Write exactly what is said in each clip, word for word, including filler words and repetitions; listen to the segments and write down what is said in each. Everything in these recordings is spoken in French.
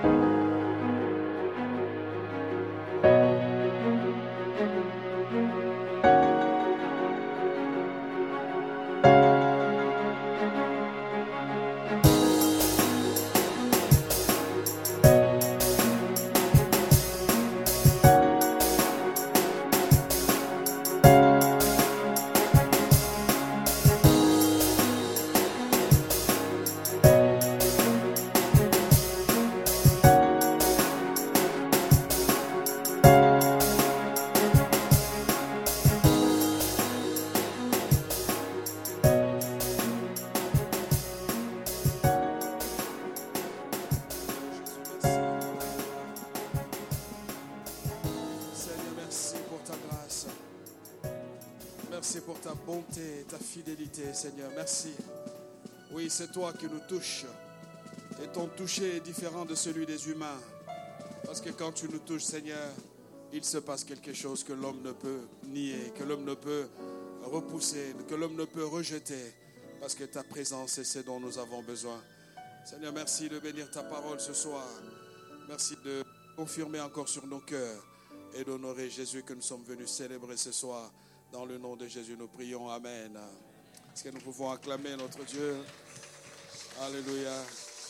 Ta fidélité, Seigneur, merci. Oui, c'est toi qui nous touches. Et ton toucher est différent de celui des humains. Parce que quand tu nous touches, Seigneur, il se passe quelque chose que l'homme ne peut nier, que l'homme ne peut repousser, que l'homme ne peut rejeter. Parce que ta présence est ce dont nous avons besoin. Seigneur, merci de bénir ta parole ce soir. Merci de confirmer encore sur nos cœurs et d'honorer Jésus que nous sommes venus célébrer ce soir. Dans le nom de Jésus, nous prions. Amen. Est-ce que nous pouvons acclamer notre Dieu? Alléluia.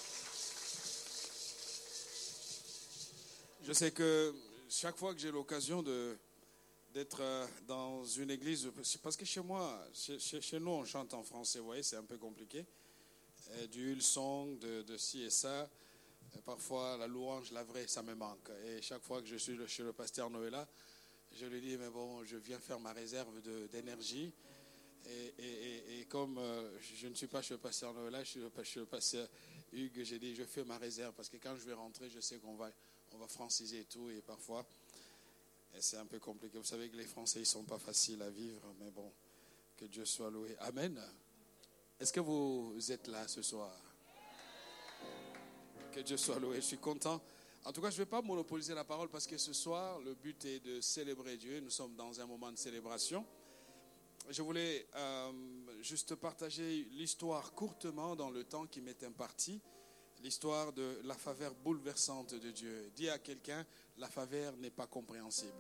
Je sais que chaque fois que j'ai l'occasion de, d'être dans une église, parce que chez moi, chez, chez nous, on chante en français, vous voyez, c'est un peu compliqué. Du Hillsong, de, de ci et ça. Parfois, la louange, la vraie, ça me manque. Et chaque fois que je suis chez le pasteur Noëlla, je lui dis, mais bon, je viens faire ma réserve de, d'énergie. Et, et, et, et comme euh, je ne suis pas chez le pasteur Noëlla, je suis chez le pasteur Hugues, j'ai dit, je fais ma réserve. Parce que quand je vais rentrer, je sais qu'on va, on va franciser et tout. Et parfois, et c'est un peu compliqué. Vous savez que les Français, ils ne sont pas faciles à vivre. Mais bon, que Dieu soit loué. Amen. Est-ce que vous êtes là ce soir? Que Dieu soit loué. Je suis content. En tout cas, je ne vais pas monopoliser la parole parce que ce soir, le but est de célébrer Dieu. Nous sommes dans un moment de célébration. Je voulais euh, juste partager l'histoire courtement dans le temps qui m'est imparti. L'histoire de la faveur bouleversante de Dieu. Dis à quelqu'un, la faveur n'est pas compréhensible.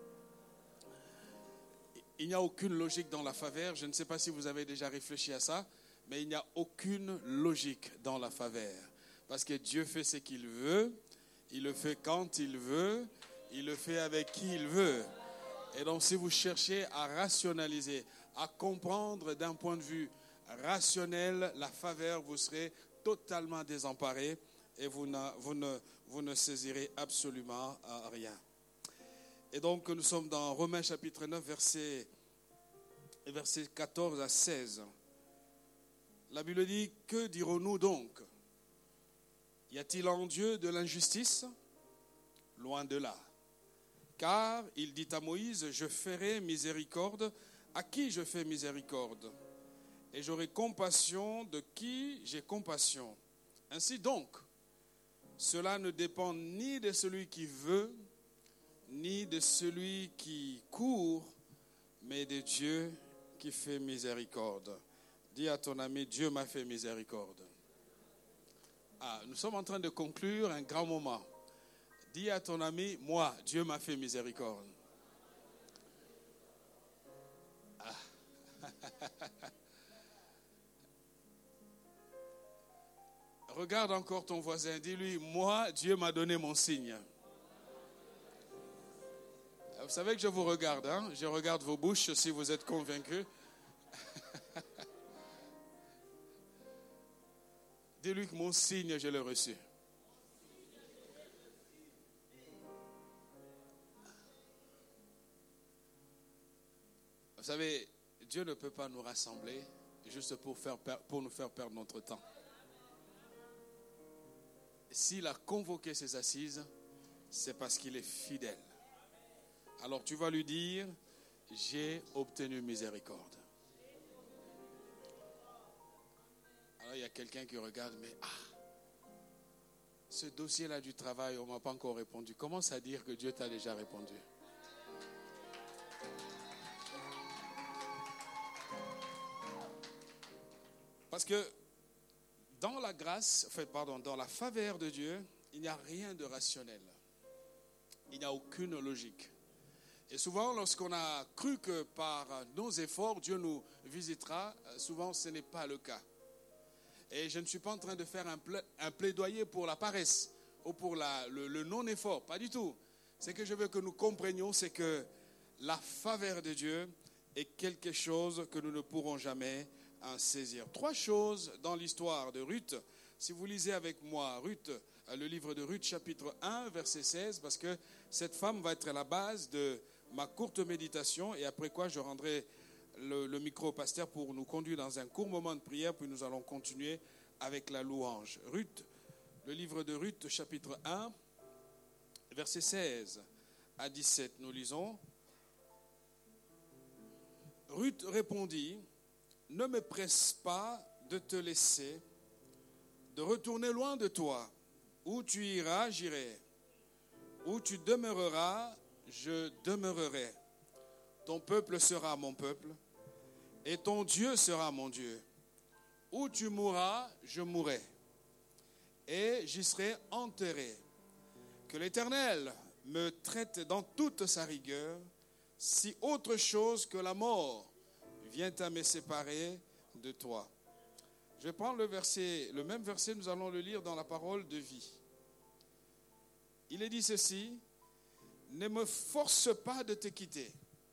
Il n'y a aucune logique dans la faveur. Je ne sais pas si vous avez déjà réfléchi à ça, mais il n'y a aucune logique dans la faveur. Parce que Dieu fait ce qu'il veut. Il le fait quand il veut, il le fait avec qui il veut. Et donc si vous cherchez à rationaliser, à comprendre d'un point de vue rationnel la faveur, vous serez totalement désemparé et vous ne, vous ne, vous ne saisirez absolument rien. Et donc nous sommes dans Romains chapitre neuf, versets, versets quatorze à seize. La Bible dit, que dirons-nous donc ? Y a-t-il en Dieu de l'injustice? Loin de là. Car il dit à Moïse, je ferai miséricorde. À qui je fais miséricorde? Et j'aurai compassion de qui j'ai compassion. Ainsi donc, cela ne dépend ni de celui qui veut, ni de celui qui court, mais de Dieu qui fait miséricorde. Dis à ton ami, Dieu m'a fait miséricorde. Ah, nous sommes en train de conclure un grand moment. Dis à ton ami, moi, Dieu m'a fait miséricorde. Ah. Regarde encore ton voisin, dis-lui, moi, Dieu m'a donné mon signe. Vous savez que je vous regarde, hein? Je regarde vos bouches si vous êtes convaincus. Dis-lui que mon signe, je l'ai reçu. Vous savez, Dieu ne peut pas nous rassembler juste pour, faire, pour nous faire perdre notre temps. S'il a convoqué ses assises, c'est parce qu'il est fidèle. Alors tu vas lui dire, j'ai obtenu miséricorde. Alors il y a quelqu'un qui regarde, mais ah, ce dossier-là du travail, on ne m'a pas encore répondu. Commence à dire que Dieu t'a déjà répondu. Parce que dans la grâce, enfin, pardon, dans la faveur de Dieu, il n'y a rien de rationnel. Il n'y a aucune logique. Et souvent, lorsqu'on a cru que par nos efforts, Dieu nous visitera, souvent ce n'est pas le cas. Et je ne suis pas en train de faire un, pla- un plaidoyer pour la paresse ou pour la, le, le non-effort, pas du tout. Ce que je veux que nous comprenions, c'est que la faveur de Dieu est quelque chose que nous ne pourrons jamais en saisir. Trois choses dans l'histoire de Ruth. Si vous lisez avec moi Ruth, le livre de Ruth, chapitre un, verset seize, parce que cette femme va être à la base de ma courte méditation, et après quoi je rendrai le, le micro au pasteur pour nous conduire dans un court moment de prière, puis nous allons continuer avec la louange. Ruth, le livre de Ruth, chapitre un, verset seize à dix-sept, nous lisons. Ruth répondit, « Ne me presse pas de te laisser, de retourner loin de toi. Où tu iras, j'irai. Où tu demeureras, je demeurerai. Ton peuple sera mon peuple, et ton Dieu sera mon Dieu. Où tu mourras, je mourrai, et j'y serai enterré. Que l'Éternel me traite dans toute sa rigueur, si autre chose que la mort vient à me séparer de toi. » Je vais prendre le verset, le même verset, nous allons le lire dans la parole de vie. Il est dit ceci, « Ne me force pas de te quitter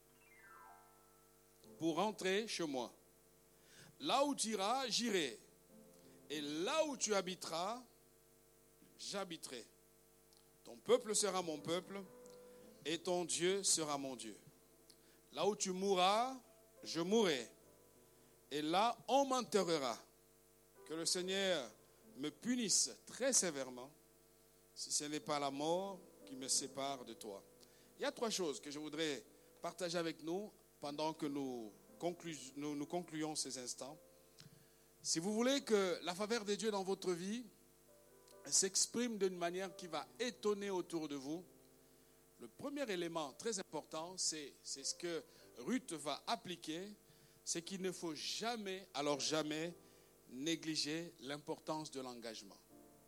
pour rentrer chez moi. Là où tu iras, j'irai, et là où tu habiteras, j'habiterai. Ton peuple sera mon peuple, et ton Dieu sera mon Dieu. Là où tu mourras, je mourrai, et là on m'enterrera. Que le Seigneur me punisse très sévèrement, si ce n'est pas la mort qui me sépare de toi. » Il y a trois choses que je voudrais partager avec nous pendant que nous, conclu- nous, nous concluons ces instants. Si vous voulez que la faveur de Dieu dans votre vie s'exprime d'une manière qui va étonner autour de vous, le premier élément très important, c'est, c'est ce que Ruth va appliquer, c'est qu'il ne faut jamais, alors jamais, négliger l'importance de l'engagement.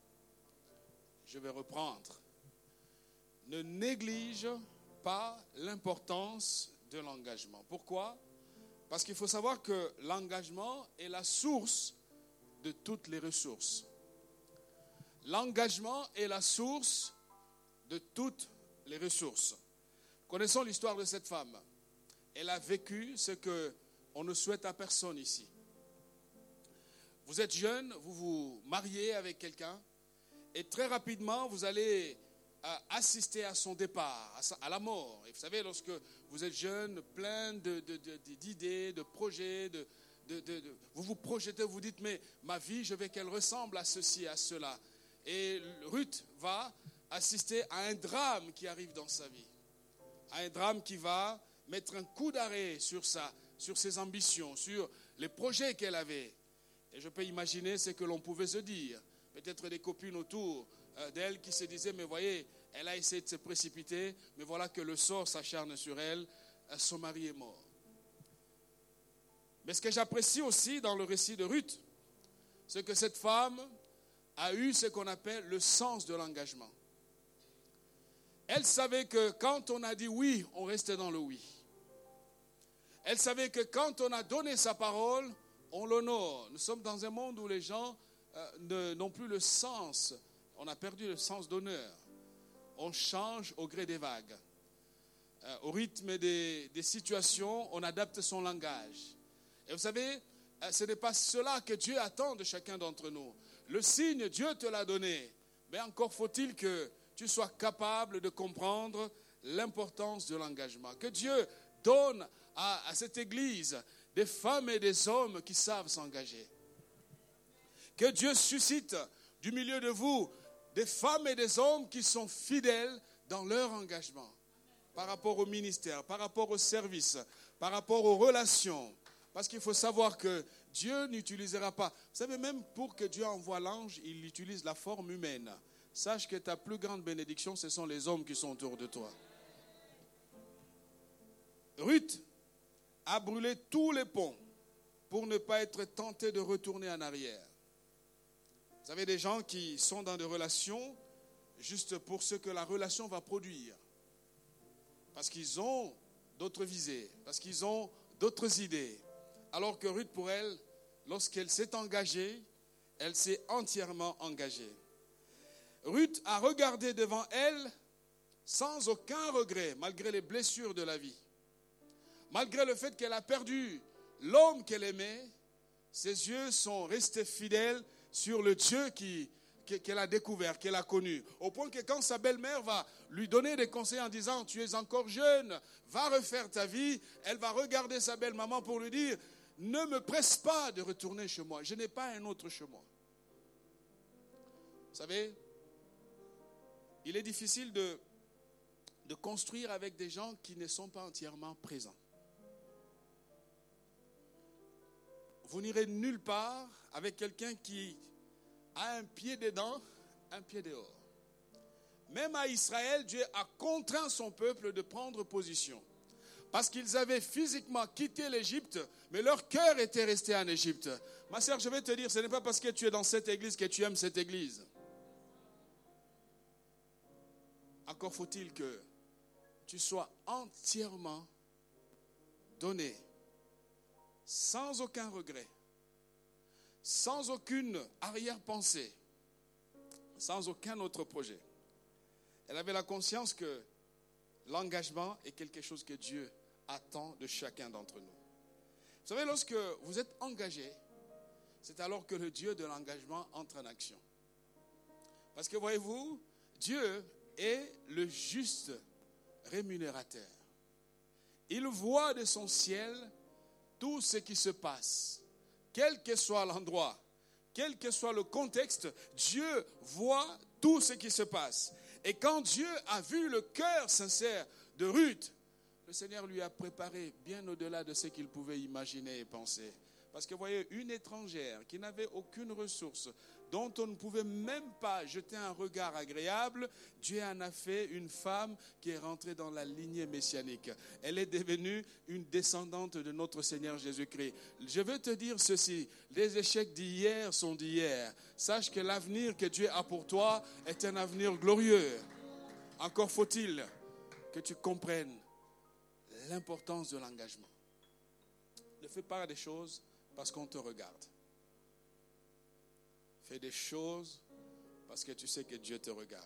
Je vais reprendre. Ne néglige pas l'importance de l'engagement. Pourquoi? Parce qu'il faut savoir que l'engagement est la source de toutes les ressources. L'engagement est la source de toutes les ressources. Connaissons l'histoire de cette femme. Elle a vécu ce qu'on ne souhaite à personne ici. Vous êtes jeune, vous vous mariez avec quelqu'un et très rapidement, vous allez euh, assister à son départ, à, sa, à la mort. Et vous savez, lorsque vous êtes jeune, plein de, de, de, d'idées, de projets, de, de, de, de, vous vous projetez, vous dites, mais ma vie, je veux qu'elle ressemble à ceci, à cela. Et Ruth va assister à un drame qui arrive dans sa vie. À un drame qui va mettre un coup d'arrêt sur, sa, sur ses ambitions, sur les projets qu'elle avait. Et je peux imaginer ce que l'on pouvait se dire. Peut-être des copines autour d'elle qui se disaient, mais voyez, elle a essayé de se précipiter, mais voilà que le sort s'acharne sur elle, son mari est mort. Mais ce que j'apprécie aussi dans le récit de Ruth, c'est que cette femme a eu ce qu'on appelle le sens de l'engagement. Elle savait que quand on a dit oui, on restait dans le oui. Elle savait que quand on a donné sa parole, on l'honore. Nous sommes dans un monde où les gens euh, ne, n'ont plus le sens. On a perdu le sens d'honneur. On change au gré des vagues. Euh, au rythme des, des situations, on adapte son langage. Et vous savez, euh, ce n'est pas cela que Dieu attend de chacun d'entre nous. Le signe, Dieu te l'a donné. Mais encore faut-il que tu sois capable de comprendre l'importance de l'engagement. Que Dieu donne à, à cette Église des femmes et des hommes qui savent s'engager. Que Dieu suscite du milieu de vous des femmes et des hommes qui sont fidèles dans leur engagement. Par rapport au ministère, par rapport au service, par rapport aux relations. Parce qu'il faut savoir que Dieu n'utilisera pas. Vous savez, même pour que Dieu envoie l'ange, il utilise la forme humaine. Sache que ta plus grande bénédiction, ce sont les hommes qui sont autour de toi. Ruth a brûlé tous les ponts pour ne pas être tenté de retourner en arrière. Vous savez, des gens qui sont dans des relations juste pour ce que la relation va produire. Parce qu'ils ont d'autres visées, parce qu'ils ont d'autres idées. Alors que Ruth, pour elle, lorsqu'elle s'est engagée, elle s'est entièrement engagée. Ruth a regardé devant elle sans aucun regret, malgré les blessures de la vie. Malgré le fait qu'elle a perdu l'homme qu'elle aimait, ses yeux sont restés fidèles sur le Dieu qui, qu'elle a découvert, qu'elle a connu. Au point que quand sa belle-mère va lui donner des conseils en disant « Tu es encore jeune, va refaire ta vie », elle va regarder sa belle-maman pour lui dire « Ne me presse pas de retourner chez moi, je n'ai pas un autre chez moi. » Vous savez, il est difficile de, de construire avec des gens qui ne sont pas entièrement présents. Vous n'irez nulle part avec quelqu'un qui a un pied dedans, un pied dehors. Même à Israël, Dieu a contraint son peuple de prendre position. Parce qu'ils avaient physiquement quitté l'Égypte, mais leur cœur était resté en Égypte. Ma sœur, je vais te dire, ce n'est pas parce que tu es dans cette église que tu aimes cette église. Encore faut-il que tu sois entièrement donné, sans aucun regret, sans aucune arrière-pensée, sans aucun autre projet. Elle avait la conscience que l'engagement est quelque chose que Dieu attend de chacun d'entre nous. Vous savez, lorsque vous êtes engagé, c'est alors que le Dieu de l'engagement entre en action. Parce que voyez-vous, Dieu est le juste rémunérateur. Il voit de son ciel tout ce qui se passe, quel que soit l'endroit, quel que soit le contexte, Dieu voit tout ce qui se passe. Et quand Dieu a vu le cœur sincère de Ruth, le Seigneur lui a préparé bien au-delà de ce qu'il pouvait imaginer et penser. Parce que vous voyez, une étrangère qui n'avait aucune ressource, dont on ne pouvait même pas jeter un regard agréable, Dieu en a fait une femme qui est rentrée dans la lignée messianique. Elle est devenue une descendante de notre Seigneur Jésus-Christ. Je veux te dire ceci, les échecs d'hier sont d'hier. Sache que l'avenir que Dieu a pour toi est un avenir glorieux. Encore faut-il que tu comprennes l'importance de l'engagement. Ne fais pas des choses parce qu'on te regarde. Fais des choses parce que tu sais que Dieu te regarde.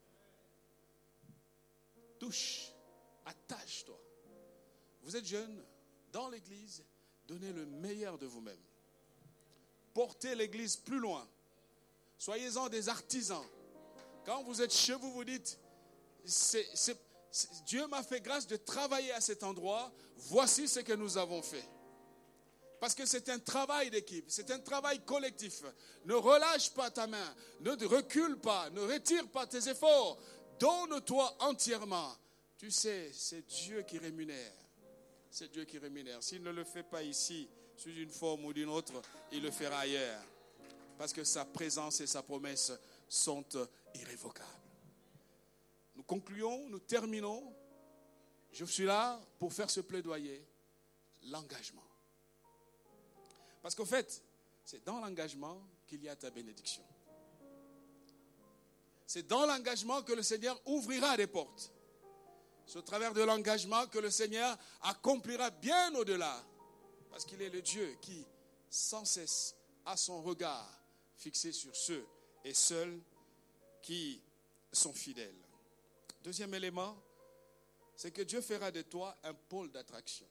Touche, attache-toi. Vous êtes jeune, dans l'église, donnez le meilleur de vous-même. Portez l'église plus loin. Soyez-en des artisans. Quand vous êtes chez vous, vous dites, c'est, c'est, c'est, Dieu m'a fait grâce de travailler à cet endroit, voici ce que nous avons fait. Parce que c'est un travail d'équipe, c'est un travail collectif. Ne relâche pas ta main, ne recule pas, ne retire pas tes efforts. Donne-toi entièrement. Tu sais, c'est Dieu qui rémunère. C'est Dieu qui rémunère. S'il ne le fait pas ici, sous une forme ou d'une autre, il le fera ailleurs. Parce que sa présence et sa promesse sont irrévocables. Nous concluons, nous terminons. Je suis là pour faire ce plaidoyer. L'engagement. Parce qu'en fait, c'est dans l'engagement qu'il y a ta bénédiction. C'est dans l'engagement que le Seigneur ouvrira des portes. C'est au travers de l'engagement que le Seigneur accomplira bien au-delà. Parce qu'il est le Dieu qui, sans cesse, a son regard fixé sur ceux et seuls qui sont fidèles. Deuxième élément, c'est que Dieu fera de toi un pôle d'attraction.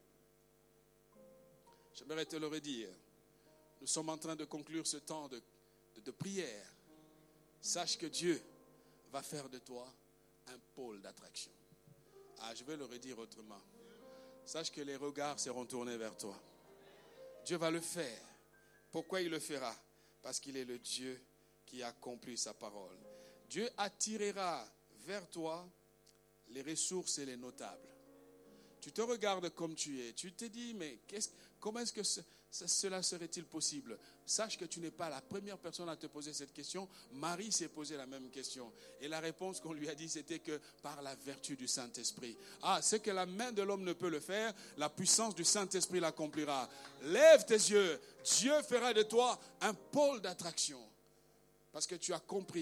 J'aimerais te le redire. Nous sommes en train de conclure ce temps de, de, de prière. Sache que Dieu va faire de toi un pôle d'attraction. Ah, je vais le redire autrement. Sache que les regards seront tournés vers toi. Dieu va le faire. Pourquoi il le fera? Parce qu'il est le Dieu qui accomplit sa parole. Dieu attirera vers toi les ressources et les notables. Tu te regardes comme tu es. Tu te dis, mais qu'est-ce, comment est-ce que ce, ce, cela serait-il possible? Sache que tu n'es pas la première personne à te poser cette question. Marie s'est posé la même question. Et la réponse qu'on lui a dit, c'était que par la vertu du Saint-Esprit. Ah, ce que la main de l'homme ne peut le faire, la puissance du Saint-Esprit l'accomplira. Lève tes yeux. Dieu fera de toi un pôle d'attraction. Parce que tu as compris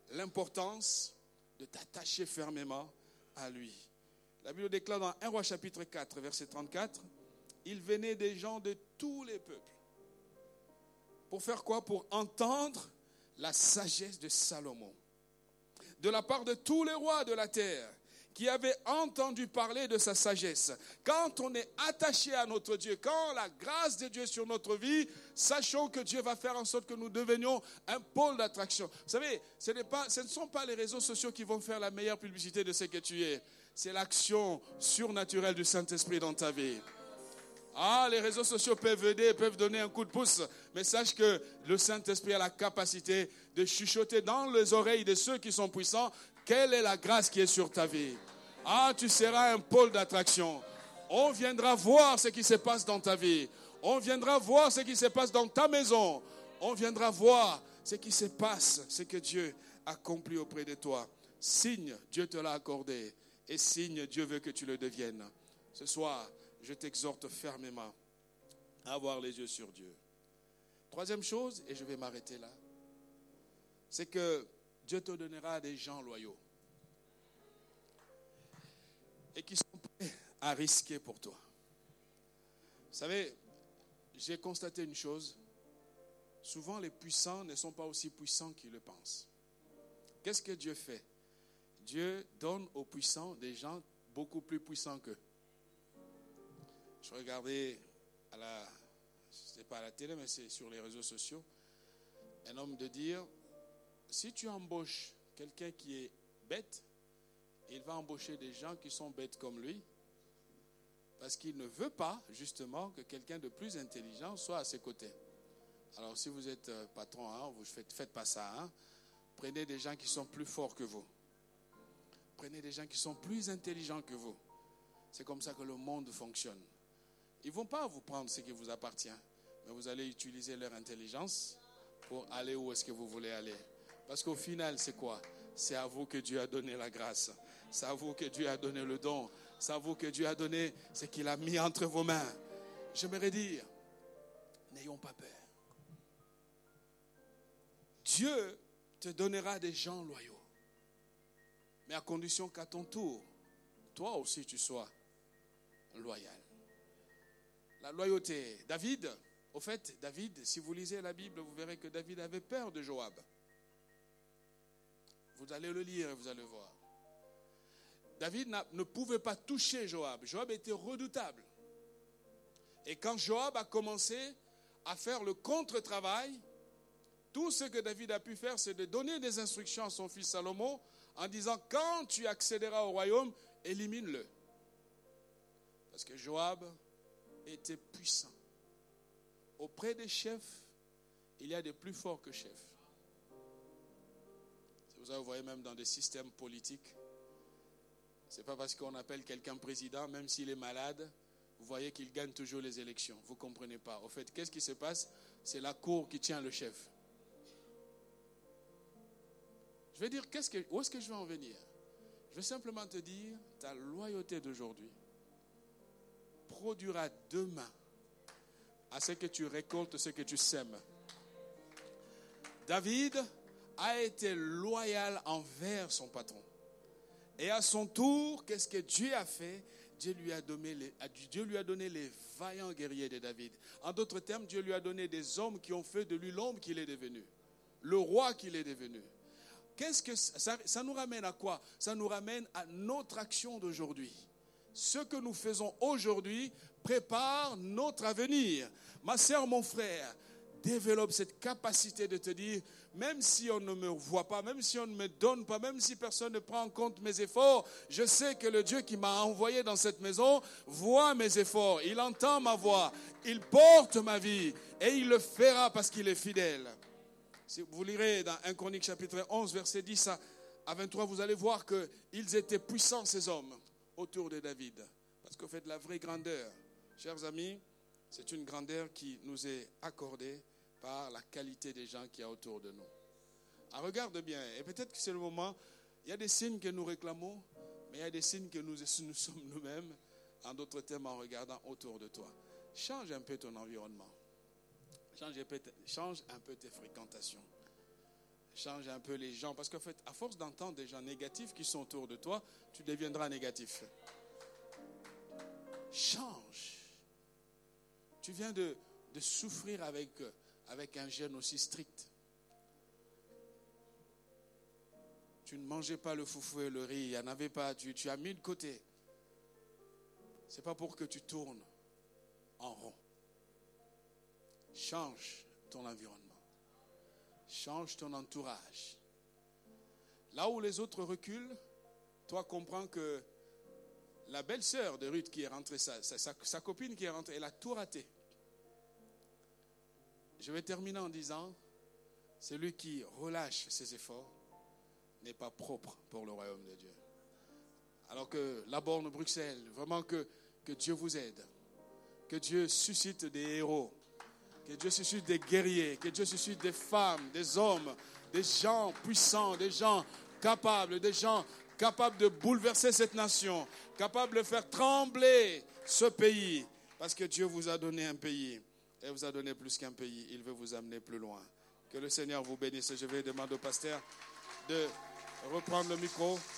l'importance de t'attacher fermement à lui. La Bible déclare dans un Roi chapitre quatre, verset trente-quatre, « Il venait des gens de tous les peuples. » Pour faire quoi? Pour entendre la sagesse de Salomon. De la part de tous les rois de la terre qui avaient entendu parler de sa sagesse. Quand on est attaché à notre Dieu, quand la grâce de Dieu est sur notre vie, sachons que Dieu va faire en sorte que nous devenions un pôle d'attraction. Vous savez, ce n'est pas, ce ne sont pas les réseaux sociaux qui vont faire la meilleure publicité de ce que tu es. C'est l'action surnaturelle du Saint-Esprit dans ta vie. Ah, les réseaux sociaux peuvent aider, peuvent donner un coup de pouce, mais sache que le Saint-Esprit a la capacité de chuchoter dans les oreilles de ceux qui sont puissants quelle est la grâce qui est sur ta vie. Ah, tu seras un pôle d'attraction. On viendra voir ce qui se passe dans ta vie. On viendra voir ce qui se passe dans ta maison. On viendra voir ce qui se passe, ce que Dieu accomplit auprès de toi. Signe, Dieu te l'a accordé. Et signe, Dieu veut que tu le deviennes. Ce soir, je t'exhorte fermement à avoir les yeux sur Dieu. Troisième chose, et je vais m'arrêter là, c'est que Dieu te donnera des gens loyaux et qui sont prêts à risquer pour toi. Vous savez, j'ai constaté une chose, souvent les puissants ne sont pas aussi puissants qu'ils le pensent. Qu'est-ce que Dieu fait? Dieu donne aux puissants des gens beaucoup plus puissants qu'eux. Je regardais à la, c'est pas à la télé, mais c'est sur les réseaux sociaux, un homme de dire, si tu embauches quelqu'un qui est bête, il va embaucher des gens qui sont bêtes comme lui, parce qu'il ne veut pas, justement, que quelqu'un de plus intelligent soit à ses côtés. Alors, si vous êtes patron, hein, vous ne faites, faites pas ça. Hein. Prenez des gens qui sont plus forts que vous. Prenez des gens qui sont plus intelligents que vous. C'est comme ça que le monde fonctionne. Ils ne vont pas vous prendre ce qui vous appartient, mais vous allez utiliser leur intelligence pour aller où est-ce que vous voulez aller. Parce qu'au final, c'est quoi? C'est à vous que Dieu a donné la grâce. C'est à vous que Dieu a donné le don. C'est à vous que Dieu a donné ce qu'il a mis entre vos mains. J'aimerais dire, n'ayons pas peur. Dieu te donnera des gens loyaux. Mais à condition qu'à ton tour, toi aussi tu sois loyal. La loyauté. David, au fait, David, si vous lisez la Bible, vous verrez que David avait peur de Joab. Vous allez le lire et vous allez voir. David ne pouvait pas toucher Joab. Joab était redoutable. Et quand Joab a commencé à faire le contre-travail, tout ce que David a pu faire, c'est de donner des instructions à son fils Salomon en disant, quand tu accéderas au royaume, élimine-le. Parce que Joab était puissant. Auprès des chefs, il y a des plus forts que chefs. Vous voyez même dans des systèmes politiques, ce n'est pas parce qu'on appelle quelqu'un président, même s'il est malade, vous voyez qu'il gagne toujours les élections. Vous ne comprenez pas. Au fait, qu'est-ce qui se passe? C'est la cour qui tient le chef. Je vais dire, qu'est-ce que, où est-ce que je vais en venir? Je vais simplement te dire, ta loyauté d'aujourd'hui produira demain à ce que tu récoltes, ce que tu sèmes. David a été loyal envers son patron. Et à son tour, qu'est-ce que Dieu a fait? Dieu lui a donné les, Dieu lui a donné les vaillants guerriers de David. En d'autres termes, Dieu lui a donné des hommes qui ont fait de lui l'homme qu'il est devenu, le roi qu'il est devenu. Qu'est-ce que ça, ça nous ramène à quoi? Ça nous ramène à notre action d'aujourd'hui. Ce que nous faisons aujourd'hui prépare notre avenir. Ma sœur, mon frère, développe cette capacité de te dire, même si on ne me voit pas, même si on ne me donne pas, même si personne ne prend en compte mes efforts, je sais que le Dieu qui m'a envoyé dans cette maison voit mes efforts, il entend ma voix, il porte ma vie et il le fera parce qu'il est fidèle. Si vous lirez dans un Chronique chapitre onze, verset dix à vingt-trois, vous allez voir qu'ils étaient puissants ces hommes autour de David. Parce qu'au fait, la vraie grandeur, chers amis, c'est une grandeur qui nous est accordée par la qualité des gens qu'il y a autour de nous. Ah, regarde bien, et peut-être que c'est le moment, il y a des signes que nous réclamons, mais il y a des signes que nous, nous sommes nous-mêmes, en d'autres termes, en regardant autour de toi. Change un peu ton environnement. Change un peu, change un peu tes fréquentations. Change un peu les gens. Parce qu'en fait, à force d'entendre des gens négatifs qui sont autour de toi, tu deviendras négatif. Change. Tu viens de, de souffrir avec, avec un jeûne aussi strict. Tu ne mangeais pas le foufou et le riz, il n'y en avait pas, tu, tu as mis de côté. Ce n'est pas pour que tu tournes en rond. Change ton environnement. Change ton entourage. Là où les autres reculent, toi comprends que la belle-sœur de Ruth qui est rentrée, sa, sa, sa, sa copine qui est rentrée, elle a tout raté. Je vais terminer en disant, celui qui relâche ses efforts n'est pas propre pour le royaume de Dieu. Alors que la borne Bruxelles, vraiment que, que Dieu vous aide, que Dieu suscite des héros, que Dieu suscite des guerriers, que Dieu suscite des femmes, des hommes, des gens puissants, des gens capables, des gens capables de bouleverser cette nation, capables de faire trembler ce pays. Parce que Dieu vous a donné un pays, et vous a donné plus qu'un pays, il veut vous amener plus loin. Que le Seigneur vous bénisse. Je vais demander au pasteur de reprendre le micro.